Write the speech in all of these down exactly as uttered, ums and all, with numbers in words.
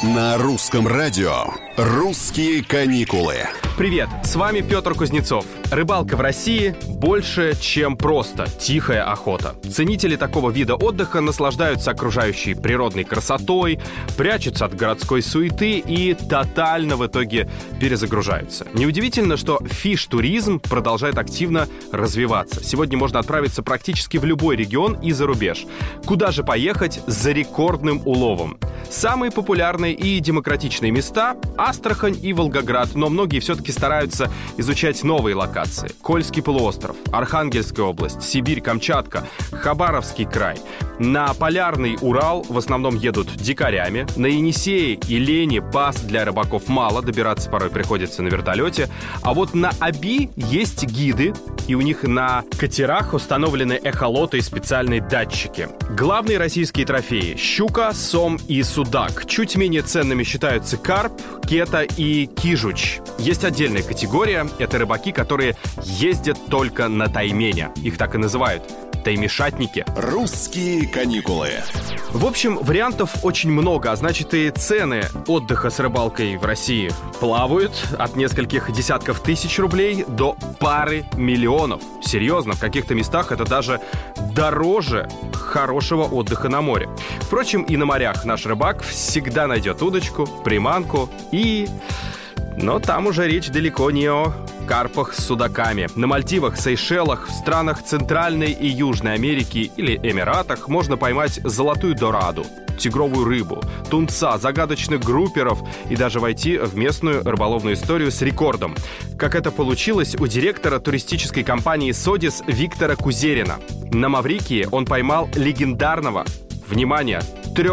На русском радио «Русские каникулы». Привет, с вами Петр Кузнецов. Рыбалка в России больше, чем просто тихая охота. Ценители такого вида отдыха наслаждаются окружающей природной красотой, прячутся от городской суеты и тотально в итоге перезагружаются. Неудивительно, что фиш-туризм продолжает активно развиваться. Сегодня можно отправиться практически в любой регион и за рубеж. Куда же поехать за рекордным уловом? Самые популярные и демократичные места – Астрахань и Волгоград, но многие все-таки стараются изучать новые локации. Кольский полуостров, Архангельская область, Сибирь, Камчатка, Хабаровский край. На полярный Урал в основном едут дикарями. На Енисее и Лени баз для рыбаков мало, добираться порой приходится на вертолете. А вот на Оби есть гиды, и у них на катерах установлены эхолоты и специальные датчики. Главные российские трофеи – щука, сом и судак. Чуть менее ценными считаются карп, кета и кижуч. Есть отдельная категория – это рыбаки, которые ездят только на таймене. Их так и называют – таймешатники. Русские каникулы. В общем, вариантов очень много, а значит и цены отдыха с рыбалкой в России плавают от нескольких десятков тысяч рублей до пары миллионов. Серьезно, в каких-то местах это даже дороже хорошего отдыха на море. Впрочем, и на морях наш рыбак всегда найдет удочку, приманку и... Но там уже речь далеко не о карпах с судаками. На Мальдивах, Сейшелах, в странах Центральной и Южной Америки или Эмиратах можно поймать золотую дораду, тигровую рыбу, тунца, загадочных групперов и даже войти в местную рыболовную историю с рекордом. Как это получилось у директора туристической компании «Содис» Виктора Кузерина. На Маврикии он поймал легендарного, внимание,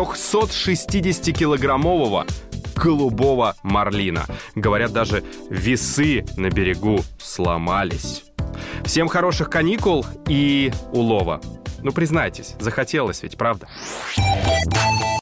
трехсотшестидесятикилограммового голубого марлина. Говорят, даже весы на берегу сломались. Всем хороших каникул и улова. Ну, признайтесь, захотелось ведь, правда?